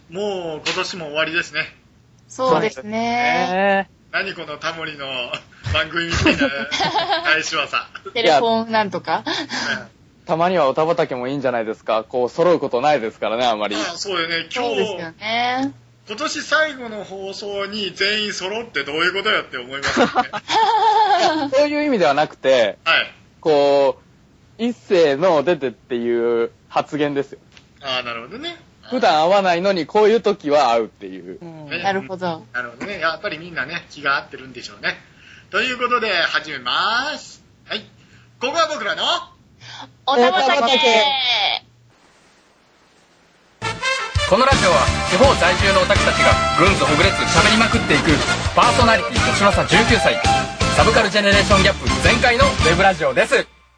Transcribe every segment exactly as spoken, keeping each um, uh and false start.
もう今年も終わりですね。 そうですね。 何このタモリの番組みたいな返しはさ。 テレフォンなんとか。 たまにはおたばたけもいいんじゃないですか。こう揃うことないですからね、あんまり。 ああ、そうよね。今日、 そうですよね。 今年最後の放送に全員揃ってどういうことやって思いますよね。 そういう意味ではなくて、 はい。 こう、一斉の出てっていう発言ですよ。 ああ、なるほどね。 普段会わないのにこういう時は会うっていう。 ね、 なるほど。 なるほどね。やっぱりみんなね、気が合ってるんでしょうね。ということで、始めまーす。はい。ここは僕らの、 おたばたけ。 このラジオは地方在住のオタクたちがぐんずほぐれつ喋りまくっていくパーソナリティ年の差じゅうきゅうさいサブカルジェネレーションギャップ全開のウェブラジオです。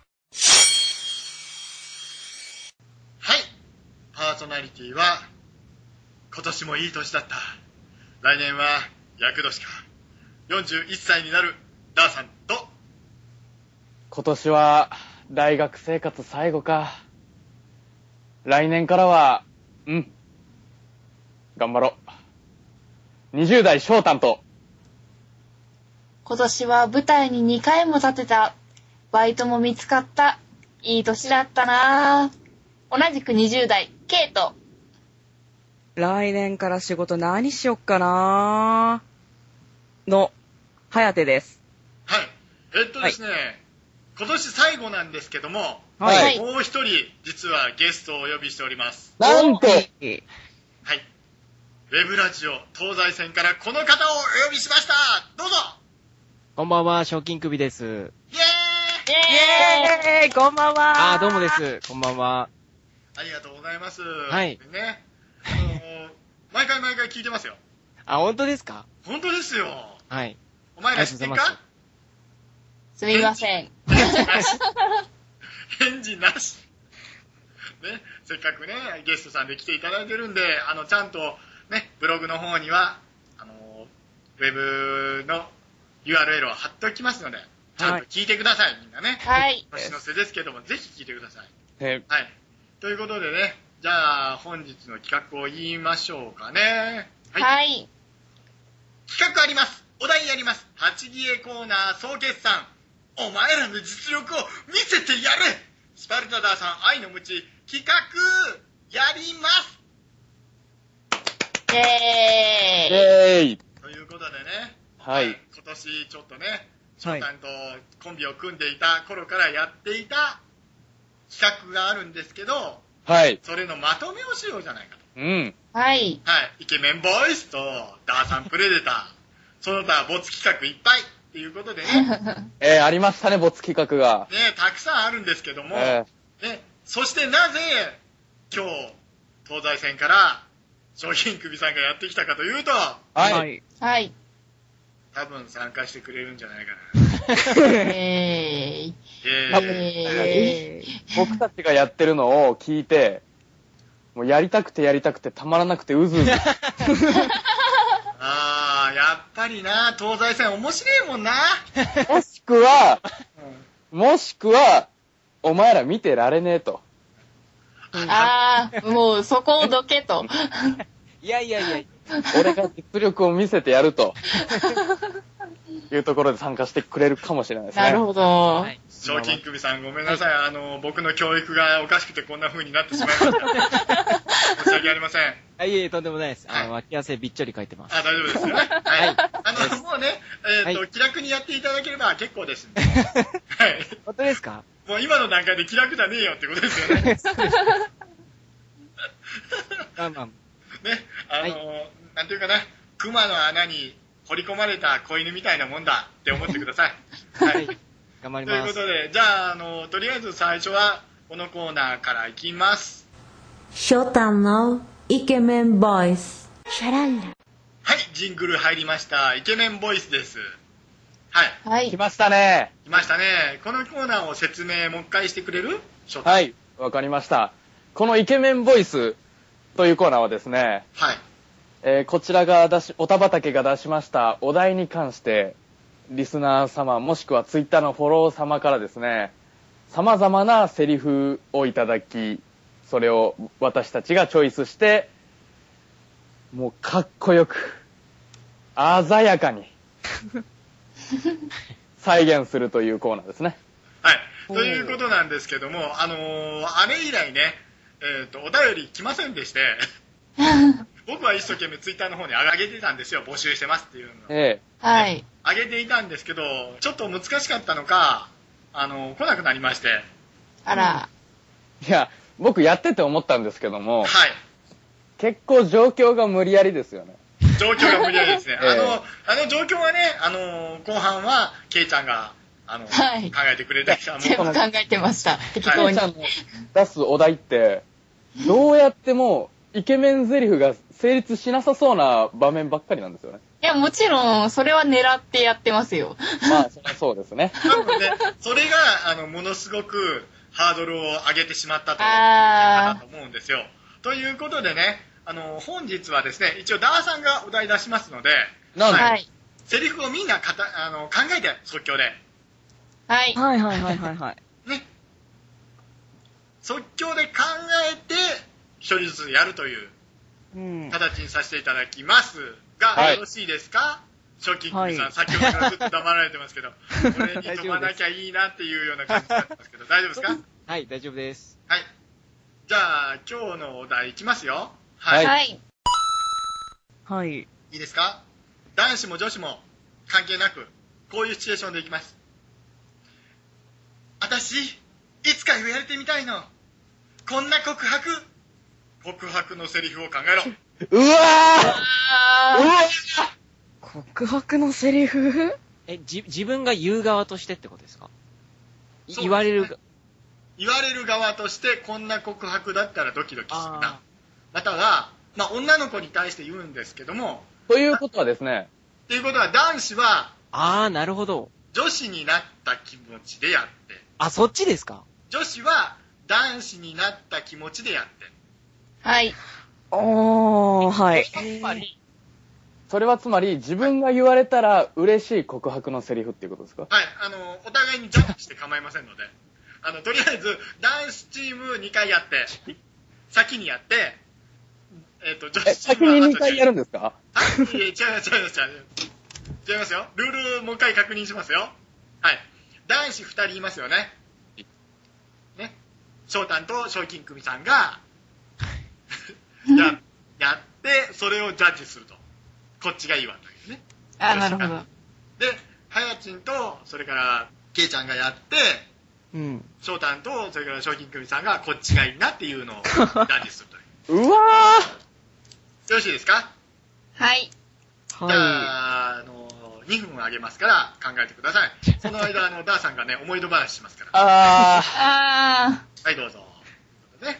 はい。パーソナリティは、今年もいい年だった。来年は厄年か。よんじゅういっさいになるダーさんと、 今年は大学生活最後か。来年からは、うん。頑張ろう。にじゅう代翔太と。 今年は舞台ににかいも立てた。バイトも見つかった。いい年だったなぁ。同じくにじゅう代、ケイト。 来年から仕事何しよっかなぁ。の、はやてです。 はい。えっとですね、はい、今年最後なんですけども、 はい、 もう一人、実はゲストをお呼びしております。 なんと、はい。 ウェブラジオ東西線からこの方をお呼びしました。どうぞ。 こんばんは、賞金首です。イェーイ。 イェーイ。 イェーイ、こんばんは。 あー、どうもです。こんばんは。 ありがとうございます。 はい。 ね、あのー、毎回毎回聞いてますよ。 あ、本当ですか？ 本当ですよ。 はい。 お前ら知ってんか？ すみません。 返事なし。返事なし。ね、せっかくね、ゲストさんで来ていただいてるんで、あの、ちゃんと、ね、ブログの方には、あの、ウェブの ユーアールエル を貼っておきますので、ちゃんと聞いてください、はい、みんなね。 はい。 年の瀬ですけども、ぜひ聞いてください。 はい。 はい。ということでね、じゃあ、本日の企画を言いましょうかね。 はい。はい、 企画あります。お題やります。八切れコーナー総決算。お前らの実力を見せてやる。スパルタダーさん愛の無知企画やります。 イェーイ。 イェーイ。 ということでね、 はい。 今年ちょっとね、翔太とコンビを組んでいた頃からやっていた企画があるんですけど、 はい。 それのまとめをしようじゃないかと。 うん。 はい。 はい。イケメンボイスとダーさんプレデター、その他没企画いっぱいっていうことでね。 えー、ありましたね、没企画が。 ね、たくさんあるんですけども、 えー、ね、そしてなぜ今日東西線から商品首さんがやってきたかというと、 はい。 はい。 多分参加してくれるんじゃないかな。 えー、 えー、僕たちがやってるのを聞いて、もうやりたくてやりたくてたまらなくてうずうず。 あー、やっぱりな、東西線面白いもんな。 もしくは、もしくは、お前ら見てられねえと。 あー、もうそこをどけと。 いやいやいや。 俺が実力を見せてやると。いうところで参加してくれるかもしれないですね。 なるほど。はい、 賞金首さんごめんなさい、はい、あの僕の教育がおかしくてこんな風になってしまいました。申し訳ありません。 あ、いえいえ、とんでもないです。はい、あの脇汗びっちょり書いてます。 あ、大丈夫ですよね。はい。はい、あのもうね、えっ、ー、と、はい、気楽にやっていただければ結構ですんで。はい。 本当ですか？ もう今の段階で気楽じゃねえよってことですよね。 まあまあ。 ね、あの、はい、なんていうかな、熊の穴に掘り込まれた子犬みたいなもんだって思ってください。はい。 頑張ります。 ということで、じゃあ、あの、とりあえず最初はこのコーナーからいきます。 翔太のイケメンボイス。シャランラ。 はい、ジングル入りました。イケメンボイスです。はい。 はい。 来ましたね。 来ましたね。このコーナーを説明もう一回してくれる？翔太。 はい、わかりました。このイケメンボイスというコーナーはですね、 はい。 えー、こちらが出し、おたばたけが出しましたお題に関して、リスナー様もしくはツイッターのフォロー様からですね、様々なセリフをいただき、それを私たちがチョイスして、 もうかっこよく、鮮やかに、再現するというコーナーですね。 はい。ということなんですけども、あのー、あれ以来ね、えっと、お便り来ませんでして、僕は一生懸命ツイッターの方に上げてたんですよ、募集してますっていうのを。 ええ。 はい。 上げていたんですけど、ちょっと難しかったのか、あの、来なくなりまして。 あら。 いや、僕やってて思ったんですけども、 はい。 結構状況が無理やりですよね。 状況が無理やりですね。 ええ、 あの、あの状況はね、あの、後半は、ケイちゃんが、あの、 はい、 考えてくれてきた。 全部考えてました。適当に。 ケイちゃんの出すお題って、どうやってもイケメンゼリフが成立しなさそうな場面ばっかりなんですよね。 いや、もちろん、それは狙ってやってますよ。 まあ、そりゃそうですね。 多分ね、それが、あの、ものすごくハードルを上げてしまったという結果だと思うんですよ。ということでね、あの、本日はですね、一応ダーさんがお題出しますので、 なんで、 はい。 セリフをみんなかたあの考えて、即興で。 はい。 はいはいはいはいはい。 ね。即興で考えて、一人ずつやるといううん。 形にさせていただきますが、 はいよろしいですか？賞金組さん、 はい先ほどからずっと黙られてますけど、これに飛ばなきゃいいなっていうような感じになってますけど、大丈夫ですか？ はい、大丈夫です。 はい。じゃあ、今日のお題いきますよ。 はいはい。 はい。 いいですか？男子も女子も関係なく、こういうシチュエーションでいきます。私、いつか言われてみたいの。こんな告白。告白のセリフを考えろ。 うわーうわあ告白のセリフえ、じ、自分が言う側としてってことですか？いそうですね言われるが、 言われる側としてこんな告白だったらドキドキするなあ。 または、まあ、女の子に対して言うんですけども、 ーということはですね、 っていうことは男子はあー、なるほど。 女子になった気持ちでやって、 あ、そっちですか？ 女子は男子になった気持ちでやって。 ーはい。 おー、はい。 つまり、それはつまり自分が言われたら嬉しい告白のセリフっていうことですか？ はい、あの、お互いにジャッジして構いませんので、あの、とりあえず男子チームにかいやって、先にやって、えっ、と、女え、 子チームは先ににかいやるんですか？ はい、いえ違います、違います、違います。違いますよ。ルールもう一回確認しますよ。はい。男子ふたりいますよね。ね。翔太と賞金組さんが、や、やって、それをジャッジすると。こっちがいいわというね。 あー、なるほど。 で、はやちんと、それから、けいちゃんがやって、 うん。 翔太と、それから賞金組さんがこっちがいいなっていうのをジャッジするという。 うわーよろしいですか？ はい。 じゃはあ、あの、にふんあげますから考えてください。その間、あの、ダーさんがね、思い出話しますから。 ああはい、どうぞ。ね。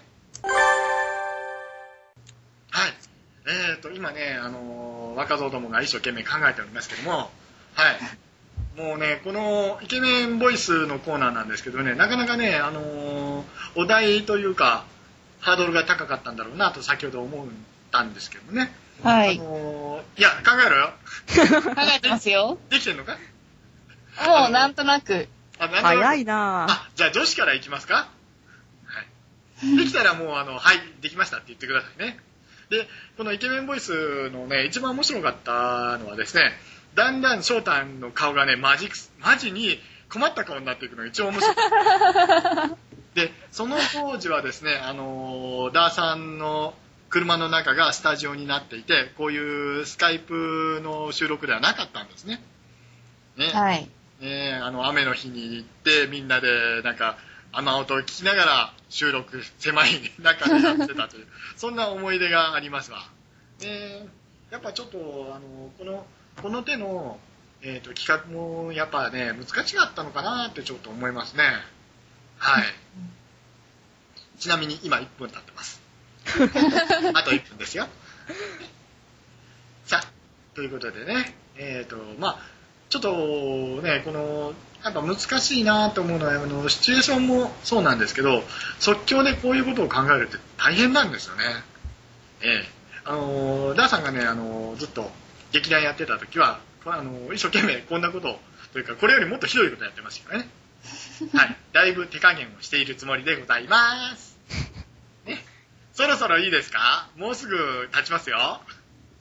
はい。えーと、今ね、あの、若造どもが一生懸命考えておりますけども、はい。もうね、このイケメンボイスのコーナーなんですけどね、なかなかね、あの、お題というか、ハードルが高かったんだろうなと先ほど思ったんですけどね。 ー。はい。 あのいや、考えろよ。 考えてますよ。 できてんのか？ もう、なんとなく。 あ、なんとなく早いなぁ。 あ、じゃあ女子からいきますか？はい。できたらもう、あの、はい、できましたって言ってくださいね。で、このイケメンボイスのね、一番面白かったのはですね、だんだん翔太の顔がね、マジ、マジに困った顔になっていくのが一番面白かった。で、その当時はですね、あの、ダーさんの車の中がスタジオになっていて、こういうスカイプの収録ではなかったんですね。ね。 はい。 ね、あの雨の日に行ってみんなでなんか雨音を聞きながら収録狭い中でやってたというそんな思い出がありますわ。ね、やっぱちょっとあのこのこの手の、えー、と企画もやっぱね難しかったのかなってちょっと思いますね。はい。ちなみに今いっぷん経ってます。あといっぷんですよ。さあということでね、えっ、ー、とまあちょっとね、この、やっぱ難しいなと思うのは、あの、シチュエーションもそうなんですけど、即興でこういうことを考えるって大変なんですよね。ええ。あの、ダーさんがね、あの、ずっと劇団やってた時は、あの、一生懸命こんなことを、というか、これよりもっとひどいことやってましたからね。はい。だいぶ手加減をしているつもりでございます。ね。そろそろいいですか？もうすぐ経ちますよ。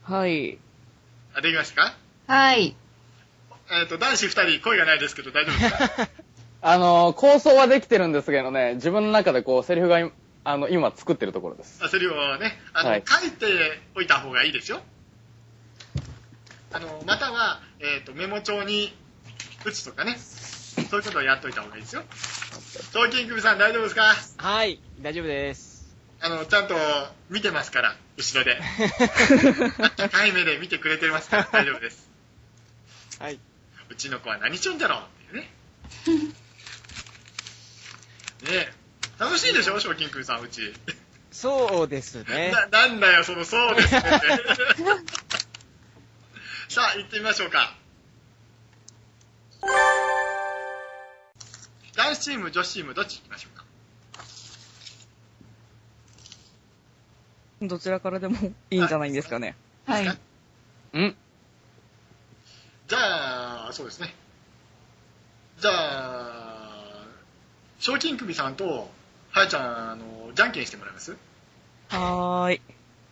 はい。 あ、できましたか？ はい。 えっと、男子二人、声がないですけど大丈夫ですか？ あの、構想はできてるんですけどね、自分の中でこう、セリフが、あの、今作ってるところです。 あ、セリフをね、あの、 はい、 書いておいた方がいいですよ。あの、または、えっと、メモ帳に打つとかね、そういうことをやっといた方がいいですよ。賞金首さん大丈夫ですか？ はい、大丈夫です。 あの、ちゃんと見てますから、後ろで。あったかい目で見てくれてますから大丈夫です。 はい。 うちの子は何しちょんじゃろうっていうね。ねえ、楽しいでしょ、賞金首さん、うち。 そうですね。 な、なんだよ、その、そうですね。さあ、行ってみましょうか。男子チーム、女子チーム、どっち行きましょうか。 どちらからでもいいんじゃないんですかね。 はい。 んじゃあ、そうですね。じゃあ、賞金首さんと、はやちゃん、あの、じゃんけんしてもらいます？ はーい。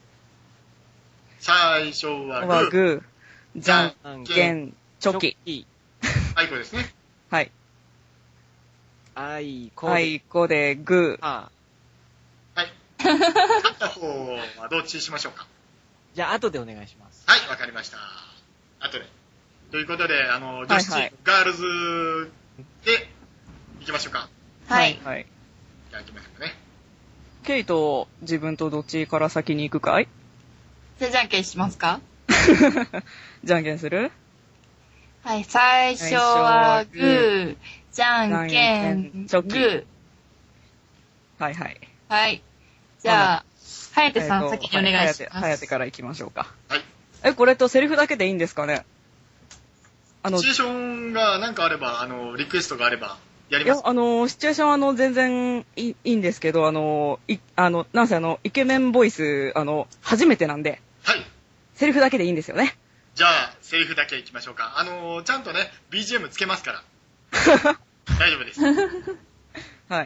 最初はグー。 グー、じゃんけん、チョキ。 あいこですね。 はい。 あいこで。 あいこでグー。 あはい。勝った方はどっちしましょうか。 じゃあ、後でお願いします。 はい、わかりました。後で。ということで、あの、女子チーム、はいはい、ガールズで行きましょうか。 はい。 はい。 じゃあ行きましょうかね。 ケイト、自分とどっちから先に行くかい？ じゃあ、じゃんけんしますか？ じゃんけんする？ はい、最初はグー、じゃんけん、グー。 はいはい。 はい。じゃあ、はやてさん先にお願いします。 はやてから行きましょうか。 はい。 え、これとセリフだけでいいんですかね？ あの、シチュエーションが何かあれば、あの、リクエストがあれば、やります。 いや、あの、シチュエーションは、あの、全然いい、いいんですけど、あの、い、あの、なんせあの、イケメンボイス、あの、初めてなんで。 はい。 セリフだけでいいんですよね。 じゃあ、セリフだけいきましょうか。あの、ちゃんとね、ビージーエム つけますから。大丈夫です。 はい。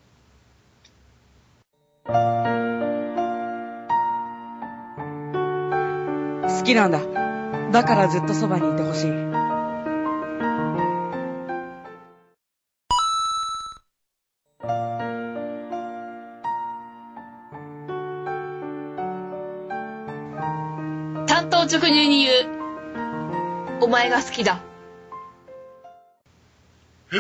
好きなんだ。だからずっとそばにいてほしい。 担当直入に言う。お前が好きだ。 ふぅ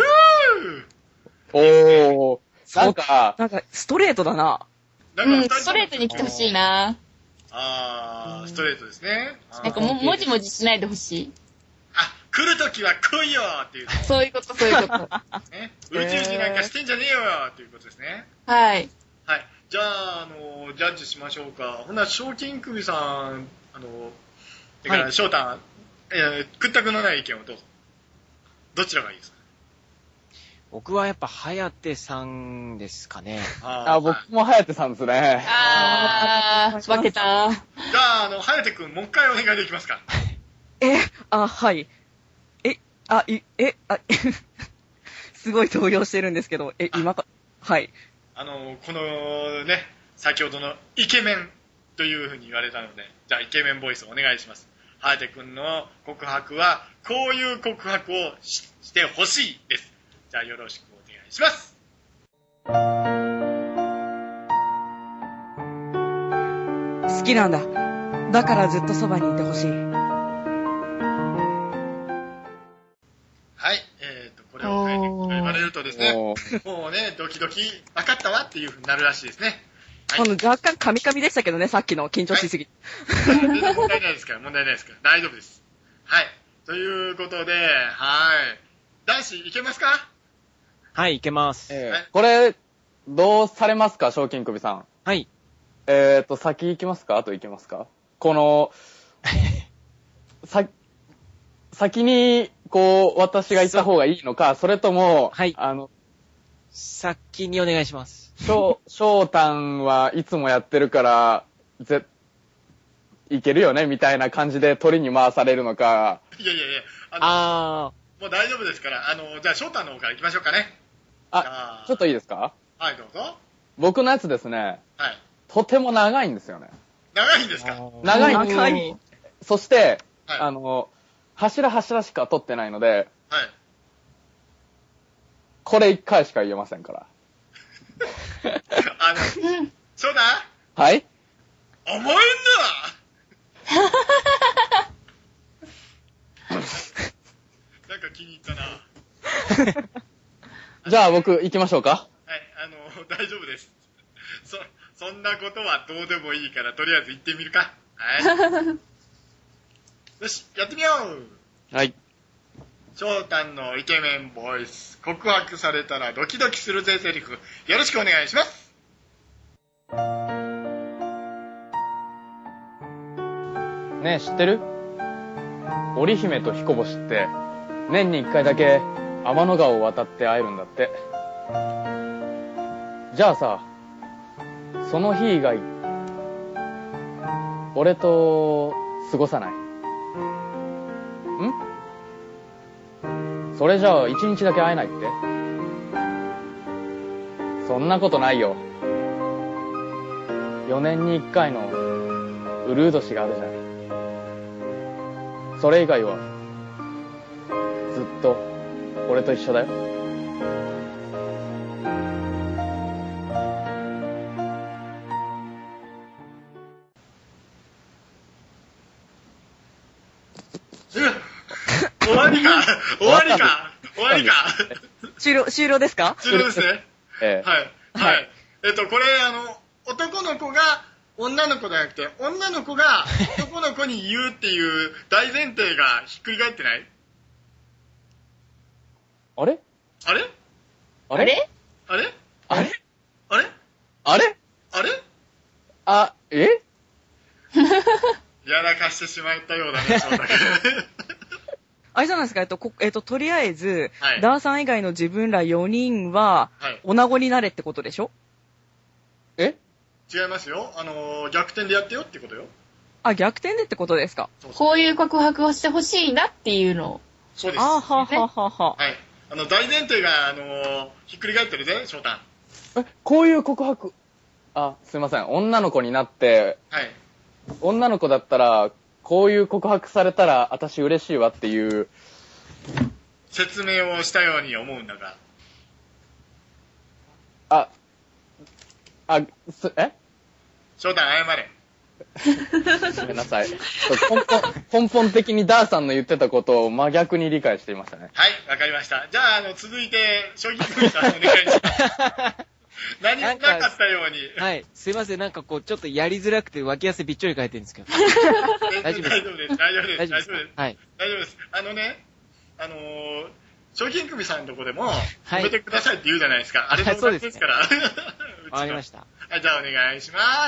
ーおー、そうか。 なんか、ストレートだな。 うん、ストレートに来てほしいな。 あー、ストレートですね。 なんかも、もじもじしないでほしい。 あ、来るときは来いよっていう。 そういうこと、そういうこと。 ね、宇宙人なんかしてんじゃねえよっていうことですね。 はい。 はい。じゃあ、あの、ジャッジしましょうか。ほんなら、賞金首さん、あの、それから、翔太、はい、えー、屈託のない意見をどうぞ。どちらがいいですか？ 僕はやっぱ、はやてさんですかね。 ああ、僕もはやてさんですね。 あー、負けた。 じゃあ、あの、はやてくん、もう一回お願いできますか？ え、あ、はい。え、あ、い、え、あ、すごい動揺してるんですけど、え、今か、はい。 あの、このね、先ほどのイケメンというふうに言われたので、じゃあイケメンボイスお願いします。はやてくんの告白は、こういう告白を し, してほしいです。じゃあよろしくお願いします。 好きなんだ。だからずっとそばにいてほしい。 はい、えーと、これを言われるとですね、もうね、ドキドキ、分かったわっていうふうになるらしいですね。 はい、あの、若干カミカミでしたけどね、さっきの緊張しすぎ。 はい、全然問題ないですから、問題ないですから、大丈夫です。はい。ということで、はい。男子、いけますか？ はい、いけます。 えーはい、これ、どうされますか、賞金首さん。 はい。 えーと、先行きますか？後行きますか？この、さ、先に、こう、私が行った方がいいのか、それとも、 はい。 あの、 先にお願いします。 しょう、しょうたんはいつもやってるから、ぜ、いけるよねみたいな感じで鳥に回されるのか。 いやいやいや、 あのあもう大丈夫ですから、あの、じゃあ、翔太の方から行きましょうかね。 あ、ちょっといいですか？ はい、どうぞ。 僕のやつですね。 はい。 とても長いんですよね。 長いんですか？ 長いんです。 長い。 そして、 はいあの、柱柱しか取ってないので、 はい。 これ一回しか言えませんから。 あの、そうだはい甘えんななんか気に入ったな。 じゃあ僕行きましょうか。 はい、あの、大丈夫です。そ、そんなことはどうでもいいから、とりあえず行ってみるか。はい。よし、やってみよう。 はい。 翔太のイケメンボイス、告白されたらドキドキするぜセリフ、よろしくお願いします。 ねえ、知ってる？織姫と彦星って年に一回だけ天の川を渡って会えるんだって。じゃあさ、その日以外俺と過ごさない？ん？それじゃあ一日だけ会えないって？そんなことないよ。よねんにいっかいのうるう年があるじゃない。それ以外はずっと俺と一緒だよ。 終わりか終わりか終わりか終了、終了ですか？ 終了ですね。 ええ、 はい。はい。えっと、これ、あの、男の子が女の子じゃなくて、女の子が男の子に言うっていう大前提がひっくり返ってない？ あれあれあれあれあれあれあれあれあ、えやらかしてしまったようだね、翔太君。 あれじゃないですか、えっと、こえっと、とりあえず、 はいダーさん以外の自分らよにんは、 はい女子になれってことでしょ？ え違いますよ。あのー、逆転でやってよってことよ。 あ、逆転でってことですか？ こういう告白をしてほしいなっていうのを。 そうです。 あーはははは。 はい。あの、大前提が、あのー、ひっくり返ってるぜ、翔太。 え、こういう告白。あ、すいません。女の子になって、 はい。 女の子だったら、こういう告白されたら、私嬉しいわっていう。 説明をしたように思うんだが。 あ、あ、す、え翔太、謝れ。 ごめんなさい。根本、根本的にダーさんの言ってたことを真逆に理解していましたね。 はい、わかりました。じゃあ、あの、続いて、将棋君さんお願いします。何もなかったように。 はい。すいません、なんかこう、ちょっとやりづらくて脇汗びっちょり書いてるんですけど。大丈夫です。 大丈夫です。大丈夫です。 大丈夫です。はい。 大丈夫です。あのね、あのー、賞金組さんのとこでも、 はい止めてくださいって言うじゃないですか。あれのそうですねですから。 わかりました。 はい、じゃあお願いします。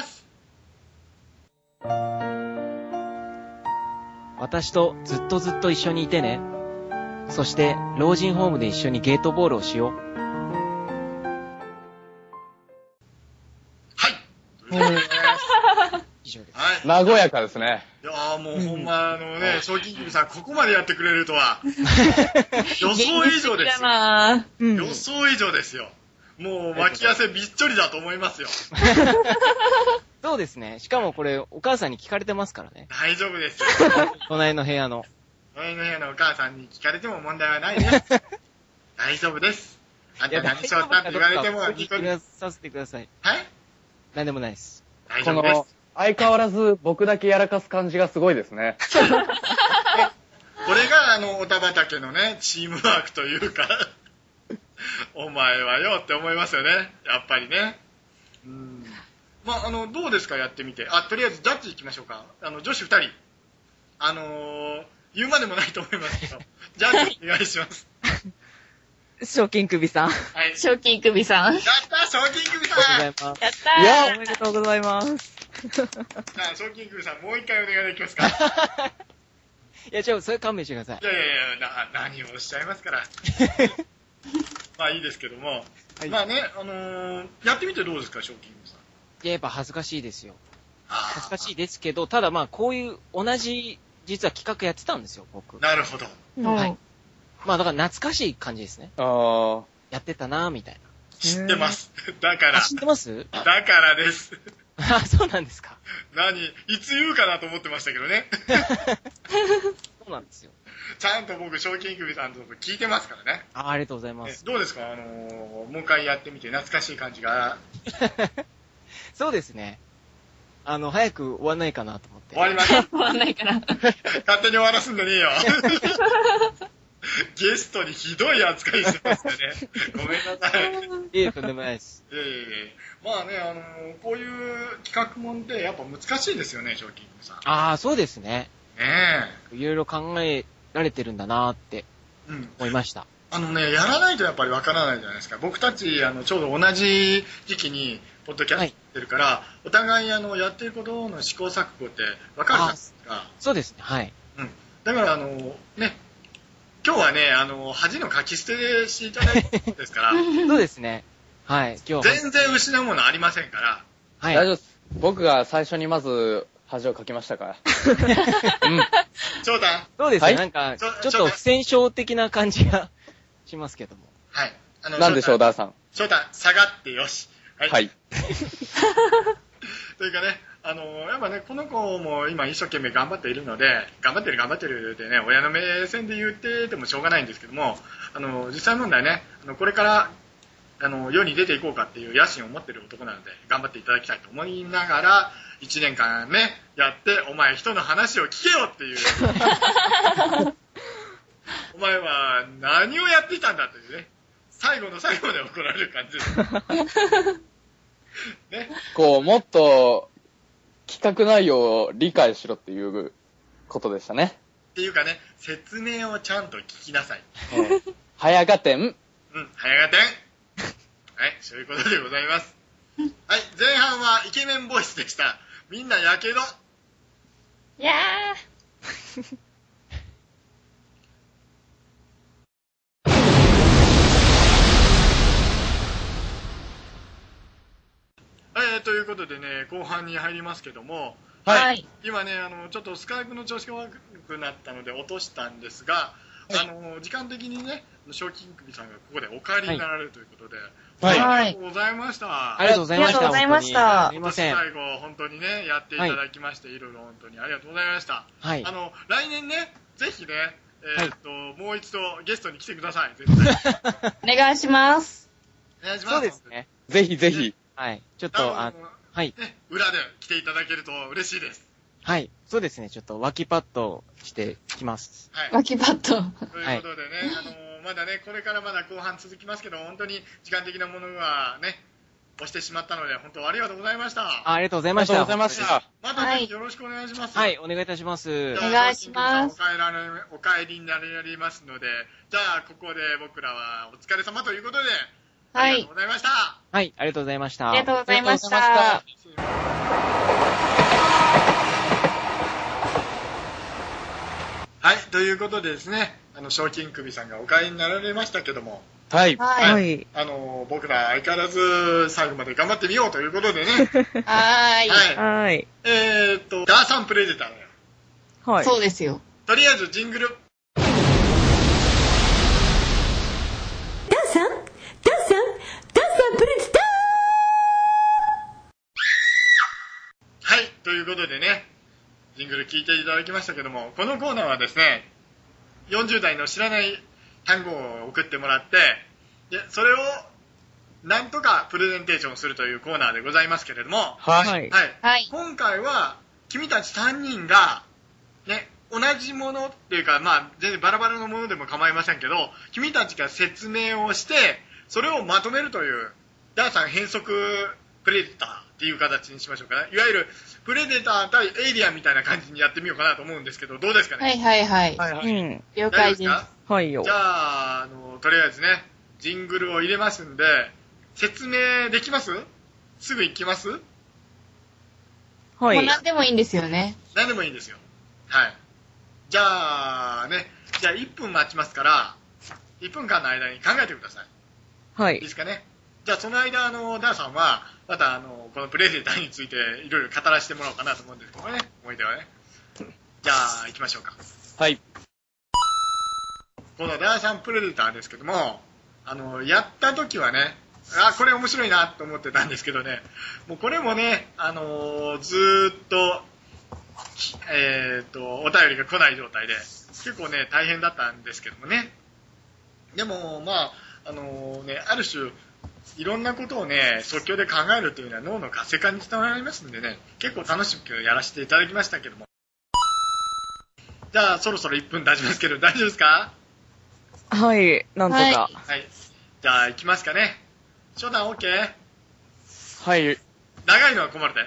私とずっとずっと一緒にいてね。そして、老人ホームで一緒にゲートボールをしよう。 はい。ということで以上です。 はい。 和やかですね。 いやーもうほんまあのね、賞金組さんここまでやってくれるとは、予想以上ですよ。 なうん予想以上ですよ。もう脇汗びっちょりだと思いますよ。 そうですね。しかもこれ、お母さんに聞かれてますからね。 大丈夫ですよ。 隣の部屋の。 隣の部屋のお母さんに聞かれても問題はないです。大丈夫です。あんた何しようったって言われても聞ニコニコ。 きさせてください。 はいなんでもないです。 こ大丈夫ですの。、相変わらず僕だけやらかす感じがすごいですね。 これがあの、おた畑のね、チームワークというか、お前はよって思いますよね。やっぱりね。うん。まあ、あの、どうですかやってみて。あ、とりあえずジャッジ行きましょうか。あの、女子二人。あのー、言うまでもないと思いますけど、ジャッジお願いします。 賞金首さん。 はい。 賞金首さん。やっやった賞金首さんありがとうございます。 たー。 いやおめでとうございます。 じゃあ、賞金首さん、もう一回お願いできますか。いいや、ちょ、それ勘弁してください。 やいやいや、な、何をおっしゃいますから。まあいいですけども。 はいまあね、あのー、やってみてどうですか、賞金首さん。 いや、やっぱ恥ずかしいですよ。 あ恥ずかしいですけど、ただまあ、こういう同じ、実は企画やってたんですよ、僕。 なるほど。 うんはいまあ、だから懐かしい感じですね。 あー。 やってたなぁ、みたいな。 知ってます。だからあ、、知ってますだからです。 あ、そうなんですか。 何、いつ言うかなと思ってましたけどね。 そうなんですよ。 ちゃんと僕、賞金首さんと聞いてますからね。 あ、ありがとうございます。 どうですか、あのー、もう一回やってみて懐かしい感じが。 そうですね。あの、早く終わんないかなと思って。 終わりました。 終わんないかな。 勝手に終わらすんでねえよ。ゲストにひどい扱いしてますよね。ごめんなさい。 いえ、とんでもないです。 いえいえ。まあね、あのー、こういう企画もんってやっぱ難しいですよね、賞金さん。 ああ、そうですね。 ねえ。いろいろ考えられてるんだなーって思いました。 うん、あのね、やらないとやっぱりわからないじゃないですか。僕たち、あの、ちょうど同じ時期に、ポッドキャストやってるから、はい、お互い、あの、やってることの試行錯誤ってわかるじゃないですか。 そうですね、はい。 うん。だから、あの、ね、今日はね、あの、恥の書き捨てしていただいてるんですから。 そうですね。はい、今日は。 全然失うものありませんから。 はい。大丈夫です。僕が最初にまず、恥を書きましたから。 うん。翔太。 そうですね、はい、なんか、ちょっと不戦勝的な感じがしますけども。 はい。 あの、なんでしょう、ダーさん。 翔太、下がってよし。はい。はい、というかね、あの、やっぱね、この子も今一生懸命頑張っているので、頑張ってる頑張ってるでね、親の目線で言っててもしょうがないんですけども、あの、実際問題ね、あの、これから、あの、世に出ていこうかっていう野心を持ってる男なので、頑張っていただきたいと思いながら、いちねんかんね、やって、お前人の話を聞けよっていう。お前は何をやっていたんだというね、最後の最後まで怒られる感じです。 ね、こう、もっと、企画内容を理解しろっていうことでしたね。 っていうかね、説明をちゃんと聞きなさい。 えー、早がてん。うん、 早がてん。はい、そういうことでございます。はい、前半はイケメンボイスでした。みんなやけど。 いやー。 えー、ということでね、後半に入りますけども、 はい。 今ね、あの、ちょっとスカイプの調子が悪くなったので落としたんですが、はい、あの、時間的にね、賞金首さんがここでお帰りになられるということで、 はい。 ありがとうございました。 ありがとうございました。ありがとうございました。 すいません。 最後、本当にね、やっていただきまして、はい、いろいろ本当にありがとうございました。 はい。 あの、来年ね、ぜひね、えー、っと、はい、もう一度ゲストに来てください、絶対。 お願いします。 お願いします。 そうですね。 ぜひぜひ。 はい。ちょっと、あ、はい。 ね、裏で来ていただけると嬉しいです。 はい。そうですね。ちょっと脇パッドしてきます。 はい。 脇パッド。 ということでね、はい、あの、まだね、これからまだ後半続きますけど、本当に時間的なものがね、押してしまったので、本当ありがとうございました。 あ、ありがとうございました。 ありがとうございました。 またね、はい、よろしくお願いします。 はい、お願いいたします。 お願いします。 お帰られ、お帰りになりますので、じゃあ、ここで僕らはお疲れ様ということで、はい。ありがとうございました。 はい、ありがとうございました。 ありがとうございました。 はい、ということでですね、あの、賞金首さんがお帰りになられましたけども、 はい。 はい。あの、僕ら相変わらず最後まで頑張ってみようということでね。 はーい。 はい。 はい。 えーっと、ダーサンプレデターだよ。 はい。 そうですよ。 とりあえずジングル。 ダーさんダーさんダーさんプレデターはい、ということでね、ジングル聞いていただきましたけども、このコーナーはですね、よんじゅう代の知らない単語を送ってもらって、でそれをなんとかプレゼンテーションするというコーナーでございますけれども、 はい。 はい。 はい。 今回は、君たちさんにんが、ね、同じものっていうか、まあ、全然バラバラのものでも構いませんけど、君たちが説明をして、それをまとめるという、ダーさん変則プレデターっていう形にしましょうかね。いわゆる、プレデター対エイリアンみたいな感じにやってみようかなと思うんですけど、どうですかね。 はいはいはい。 はいはい。うん。 了解です。 はいよ。 じゃあ、あの、とりあえずね、ジングルを入れますんで、説明できます？すぐ行きます？ はい。 もう何でもいいんですよね。 何でもいいんですよ。はい。じゃあね、じゃあいっぷん待ちますから、いっぷんかんの間に考えてください。 はい。 いいですかね。じゃあその間、あの、ダーさんは、またあの、このプレデターについていろいろ語らせてもらおうかなと思うんですけどね、思い出はね。じゃあ、行きましょうか。 はい。 このダーさんプレデターですけども、あの、やった時はね、 あ、これ面白いなと思ってたんですけどね、もうこれもね、あのー、ずーっと、えーっと、お便りが来ない状態で、結構ね、大変だったんですけどもね。でも、まあ、あのー、ね、ある種、いろんなことをね、即興で考えるというのは脳の活性化につながりますんでね、結構楽しくやらせていただきましたけども。じゃあ、そろそろいっぷん経ちますけど、大丈夫ですか？ はい、なんとか。 はいはい。じゃあ、行きますかね。翔太 OK？ はい。 長いのは困るで。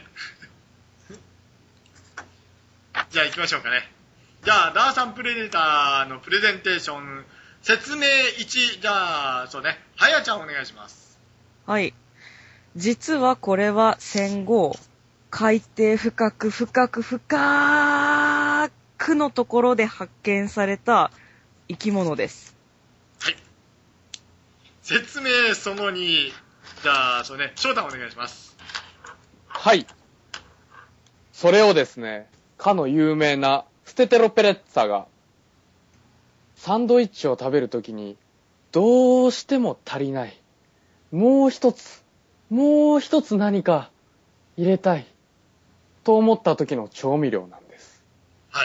じゃあ行きましょうかね。じゃあ、ダーサンプレデターのプレゼンテーション、説明いち、じゃあ、そうね、はやちゃんお願いします。 はい。実はこれは戦後、海底深く深く深くのところで発見された生き物です。 はい。説明そのに、じゃあ、そうね、翔太お願いします。 はい。それをですね、かの有名なステテロペレッツァが、サンドイッチを食べるときに、どうしても足りない。もう一つ、もう一つ何か入れたい。と思った時の調味料なんです。 はい。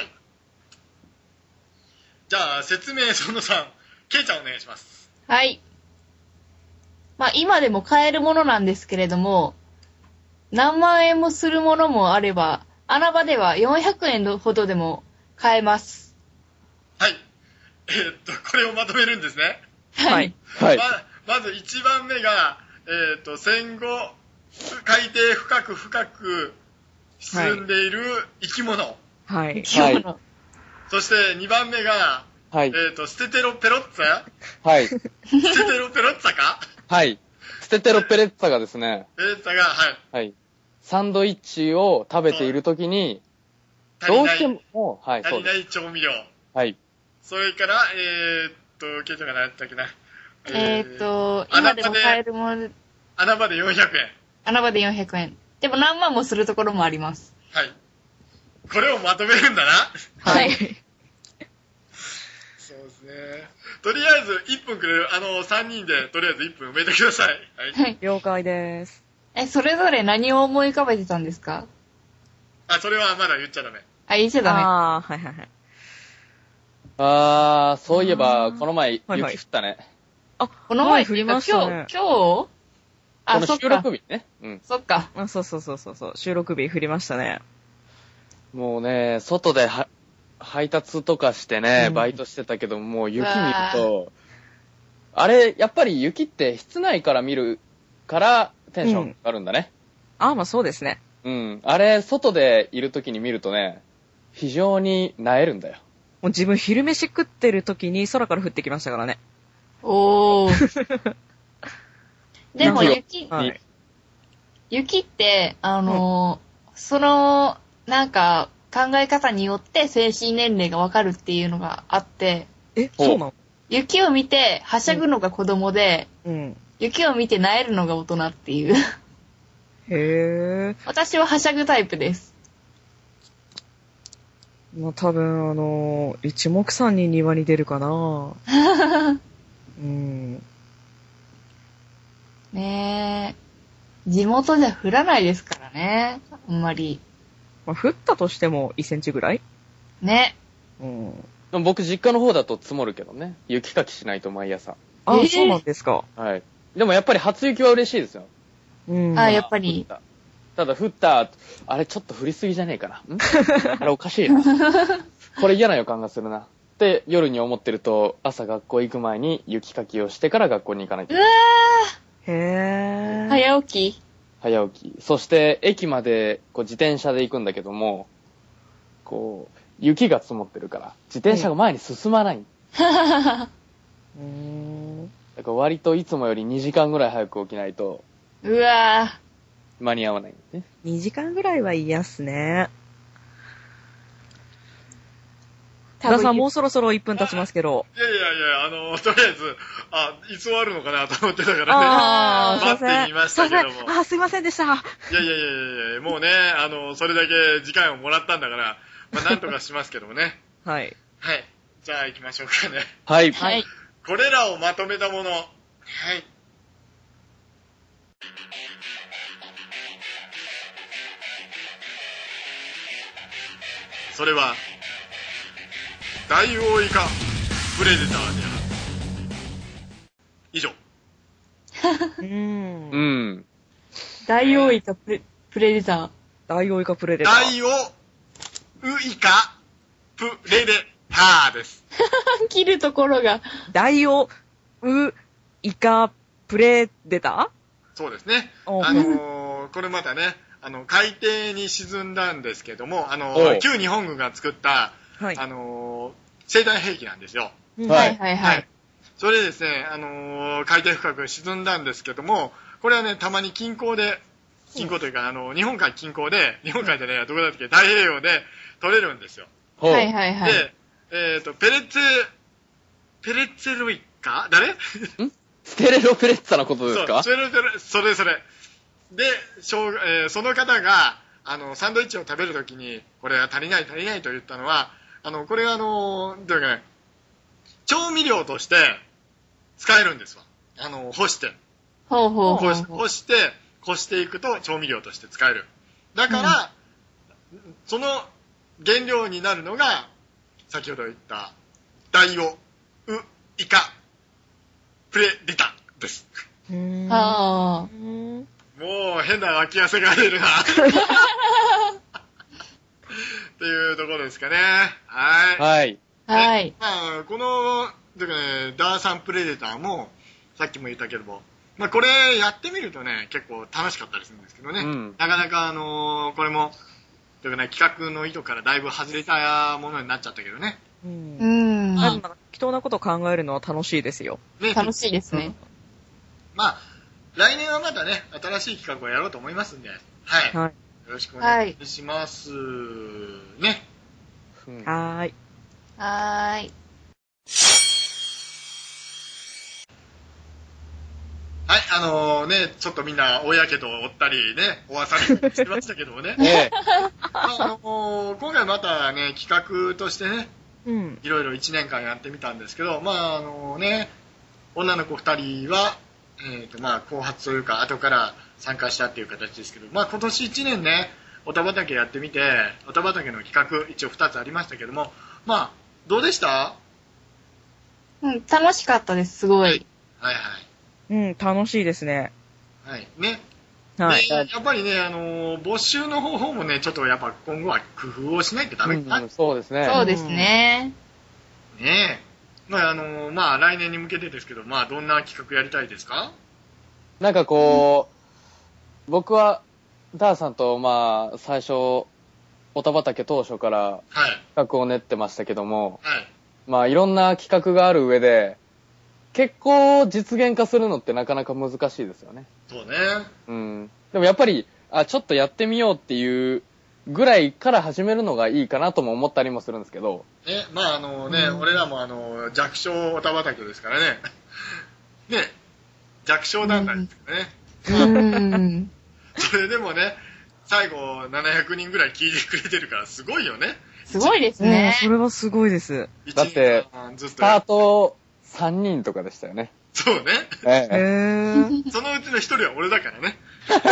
じゃあ、説明そのさん、ケイちゃんお願いします。 はい。まあ今でも買えるものなんですけれども、何万円もするものもあれば、穴場ではよんひゃくえんほどでも買えます。 はい。えーっと、これをまとめるんですね。 はい。 はい。 ま, まずいちばんめが、えー、と戦後海底深く深く沈んでいる生き物、 はい。 はいそしてにばんめが、 はい。 えー、とステテロペロッツァはい。 ステテロペロッツァかはい。ステテロペレッツァがですね、 ペレッツァが、はい、 はい。サンドイッチを食べているときに、 足りないどうしても、はい、 足りなそうです。 い調味料、 はい。 それからえー、っとケイちゃんが何やったっけな、 えーっと、 穴場で今でも買えるもの、 穴場でよんひゃくえん、 穴場でよんひゃくえん。でも何万もするところもあります。 はい、これをまとめるんだな。 はい。 そうですね。とりあえずいっぷんくれる、あのさんにんでとりあえずいっぷん埋めてください。はい。 はい。 了解です。 え、それぞれ何を思い浮かべてたんですか？ あ、それはまだ言っちゃダメ。 あ、言っちゃダメ。 ああ、はいはいはい。 あー、そういえあば、 ーこの前、 はいはい雪降ったね。 あ、 この前降りましたね。 今日、今日あ、そっこの収録か。 日ね。うん。 そっか。 あ、そうそうそうそうそう。収録日降りましたね。 もうね、外では配達とかしてね、 うんバイトしてたけど、もう雪見るうわと、あれ、やっぱり雪って室内から見るからテンション上がるんだね。 あ、まあそうですね。 うん。あれ、外でいる時に見るとね、非常に萎えるんだよ。 もう自分昼飯食ってる時に空から降ってきましたからね。 おー。でも雪、 はい。 雪って、あのーその、なんか、考え方によって精神年齢がわかるっていうのがあって、 え、 ほうそうなの？ 雪を見てはしゃぐのが子供で、 うん。 雪を見て萎えるのが大人っていう。 へー。 私ははしゃぐタイプです。 まあ多分あのー、一目散に庭に出るかな。うん。 ねえ。地元じゃ降らないですからね。あんまり。 まあ降ったとしてもいちセンチぐらい？ ね。 うん。 でも僕実家の方だと積もるけどね。雪かきしないと毎朝。 あ、 えーそうなんですか。 はい。でもやっぱり初雪は嬉しいですよ。 うん。 あ、やっぱり。 ただ降った、あれちょっと降りすぎじゃねえかな。んあれおかしいな。これ嫌な予感がするな。って夜に思ってると、朝学校行く前に雪かきをしてから学校に行かないとう。わへー。 ー。早起き。 早起き。そして駅までこう自転車で行くんだけども、こう、雪が積もってるから、自転車が前に進まない。 うーん。 だから割といつもよりにじかんぐらい早く起きないとうわ間に合わないんですね。 にじかんぐらいは嫌っすね。 ー。 田さんもうそろそろいっぷん経ちますけど。 いやいやいや、あの、とりあえず、あ、いつ終わるのかなと思ってたからね。 あー、 待ってみましたけども。 すいません。あ、すいませんでした。 いやいやいやいや、もうね、あの、それだけ時間をもらったんだから、まあ、なんとかしますけどもね。 はい。 はい。じゃあ行きましょうかね。 はい。 はい。 これらをまとめたもの。はい。 それはダイオウイカプレデターである。以上。 うーん。 うん。 ダイオウイカプレ、プレデター。 ダイオウイカプレデター。 ダイオウイカプレデターです。 切るところが。 ダイオウイカプレデター？ そうですね。 おあのー、これまたね、あの、海底に沈んだんですけども、あのおー、旧日本軍が作った、 はい。 あのー、生体兵器なんですよ。 うんはいはいはい。 それでですね、あのー、海底深く沈んだんですけども、これはね、たまに近郊で、近郊というか、あの、日本海近郊で、日本海でね、どこだったっけ、太平洋で取れるんですよ。 ほう。 はいはいはい。 で、えっと、ペレッツェ、ペレッツェロイカ誰ステレロペレッツァのことですか？ そう、それそれ、それそれ。で、しょうえーその方が、あの、サンドイッチを食べるときに、これは足りない足りないと言ったのは、あの、これはあの、どういうかね、調味料として使えるんですわ。あの、干して。 ほうほうほう干し干して、こしていくと調味料として使える。だから、その原料になるのが、先ほど言った、ダイオウイカプレデタです。 うーん。 はあ。 うーんもう変な脇汗が出るな。っていうところですかね。はい。 はい。 はい。 まあ、この、だからね、ダーサンプレデターも、さっきも言ったけども、まあこれやってみるとね、結構楽しかったりするんですけどね。 うん、 なかなかあのー、これも、だからね、企画の意図からだいぶ外れたものになっちゃったけどね。 う。 うんん。 まあでもなんか適当なことを考えるのは楽しいですよ。 ね楽しいですね。 まあ、来年はまたね、新しい企画をやろうと思いますんで、はい。 はい。 よろしくお願いします。ね。 うんはーい。 はーい。 はい、あのー、ね、ちょっとみんな大やけどを負ったりね、おわさりしてましたけどもね。 ええ。 まああのー、今回またね、企画としてね、 うん。 いろいろいちねんかんやってみたんですけど、まああのね、女の子ふたりは、えーとまあ、後発というか後から参加したっていう形ですけど、まあ、今年いちねんね、おたばたけやってみて、おたばたけの企画一応ふたつありましたけども、まあどうでした？ うん、楽しかったです、すごい。 はいはいうん、楽しいですね。 はいね。 はい。 でやっぱりね、あのー募集の方法もね、ちょっとやっぱ今後は工夫をしないとダメかな、 うん、そうですね。 そうですね。 ねえ。まああのーまあ来年に向けてですけど、まあどんな企画やりたいですか？ なんかこう、僕はダーさんとまあ最初、おたばたけ当初からはい企画を練ってましたけども、 はいまあいろんな企画がある上で、結構実現化するのってなかなか難しいですよね。 そうね。 うん。でもやっぱり、あ、ちょっとやってみようっていうぐらいから始めるのがいいかなとも思ったりもするんですけど。 ね、まああのね、 うん俺らもあの弱小おたばたけですからね。ね、弱小団体ですからね。 うん。 それでもね、最後ななひゃくにんぐらい聞いてくれてるからすごいよね。 すごいですうん、 ね。 それはすごいです。 だっていちにちかんずっとスタートさんにんとかでしたよね。 そうね。 えへえ。 ー。 そのうちの一人は俺だからね。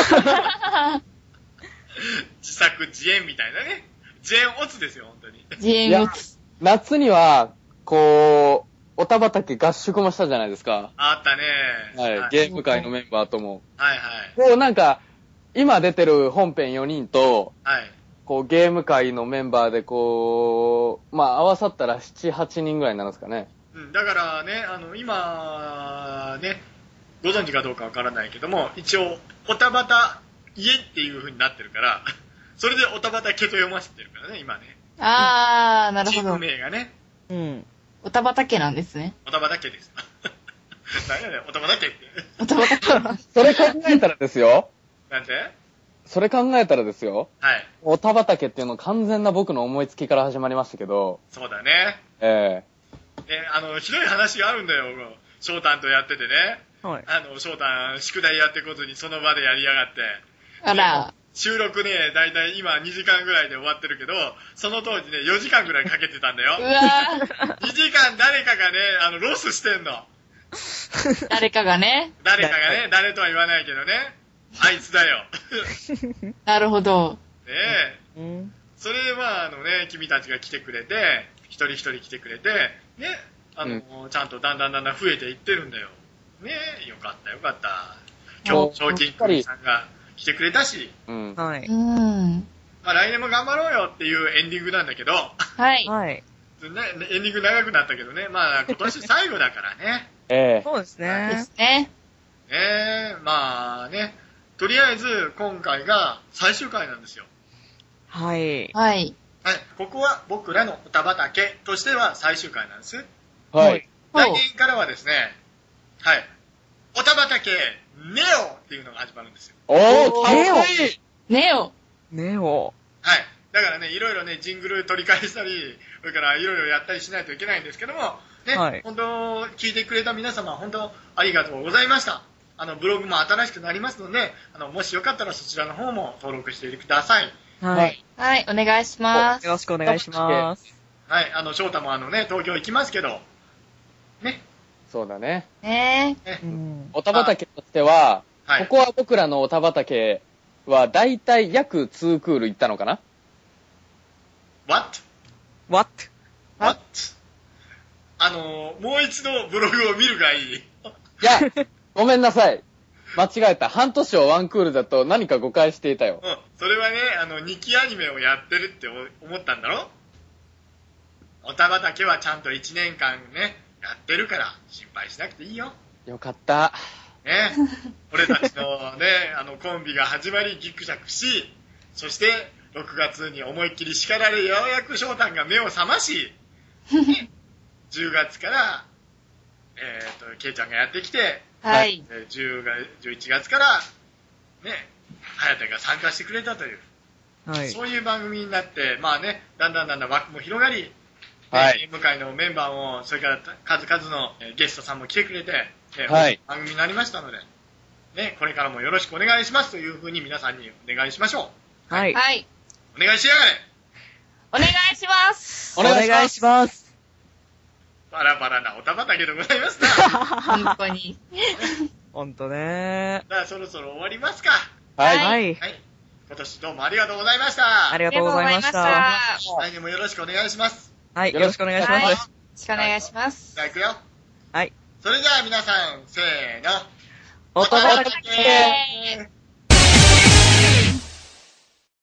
自作自演みたいなね。自演オツですよ、本当に。 自演をつ。 夏には、こう、おたばたけ合宿もしたじゃないですか。 あったね。 はい。ゲーム界のメンバーとも。 はいはい。 こうなんか、今出てる本編よにんと、 はい。 こうゲーム界のメンバーでこう、まあ合わさったらなな、はちにんぐらいになるんですかね。 うん、だからね、あの、今、ね、ご存知かどうかわからないけども、一応、おたばた家っていう風になってるから、それでおたばた家と読ませてるからね、今ね。 あー、なるチームほど。 名がね、 うん。 おたばた家なんですね。 おたばた家です。何やねん、おたばた家って。 おたばた家。 それ考えたらですよ。 なんてそれ考えたらですよ。 はい。 おたばたけっていうの完全な僕の思いつきから始まりましたけど、 そうだね。 えね、あの、ひどい話があるんだよ、翔太とやっててね。 はい。 あの、翔太、宿題やってこずにその場でやりやがって。 あら。 収録ね、だいたい今にじかんぐらいで終わってるけど、その当時ね、よじかんぐらいかけてたんだよ。 うわー。 にじかん誰かがね、あの、ロスしてんの。 誰かがね。 誰かがね、誰とは言わないけどね。 あいつだよ。 なるほど。 ねえ。 うん。 それは、あのね、君たちが来てくれて、一人一人来てくれて、ね、あの、うん、ちゃんとだんだんだんだん増えていってるんだよ。ねえ、よかったよかった。今日、賞金クリさんが来てくれたし、 うん。 はい。 うん。 まあ来年も頑張ろうよっていうエンディングなんだけど、 はい。 はい。 ね、エンディング長くなったけどね、まあ今年最後だからね。 ええ。 そうですね。 ですね。 ねえ、まあね、とりあえず今回が最終回なんですよ。 はい。 はい。 はい、ここは僕らの歌畑としては最終回なんです。 はい。 来年からはですね、はい、歌畑ネオっていうのが始まるんですよ。 おー、かっこいい。 ネオ。 ネオ。 はい。だからね、いろいろね、ジングル取り返したり、それからいろいろやったりしないといけないんですけども、ね、はい、本当、聞いてくれた皆様、本当、ありがとうございました。あの、ブログも新しくなりますので、あの、もしよかったらそちらの方も登録していてください。 はい。 はい、お願いします。 よろしくお願いします。 はい、あの、翔太もあのね、東京行きますけど、ね。 そうだね。 ねえ。 うん、おた畑としては、はい、ここは僕らのおた畑は、だいたい約にクール行ったのかな？ What? What? What? あの、もう一度ブログを見るがいい。いや、ごめんなさい。間違えた。半年をワンクールだと何か誤解していたよ。 うん。それはね、あの、にきアニメをやってるって思ったんだろ？おた畑はちゃんといちねんかんね、やってるから心配しなくていいよ。 よかった。 ね。俺たちのね、あの、コンビが始まりギクシャクし、そしてろくがつに思いっきり叱られ、ようやく翔太が目を覚まし、ね、じゅうがつから、えっ、ー、と、ケイちゃんがやってきて、 はい。 じゅうがつ、じゅういちがつから、ね、はやてが参加してくれたという、はい、そういう番組になって、まあね、だんだんだんだん枠も広がり、はい、向井のメンバーも、それから数々のゲストさんも来てくれて、はい、番組になりましたので、ね、これからもよろしくお願いしますというふうに皆さんにお願いしましょう。はい。 はい。 お願いしやがれ。 お願いします。 お願いします。 バラバラなおた畑でございますな。 本当に。 本当ね。 だからそろそろ終わりますか。 はい。 はい。はい。今年どうもありがとうございました。 ありがとうございました。 来年もよろしくお願いします。 はい。よろしくお願いします。よろしくお願いします。 じゃあ行くよ。 はい。 それじゃあ皆さん、せーの。 おた畑。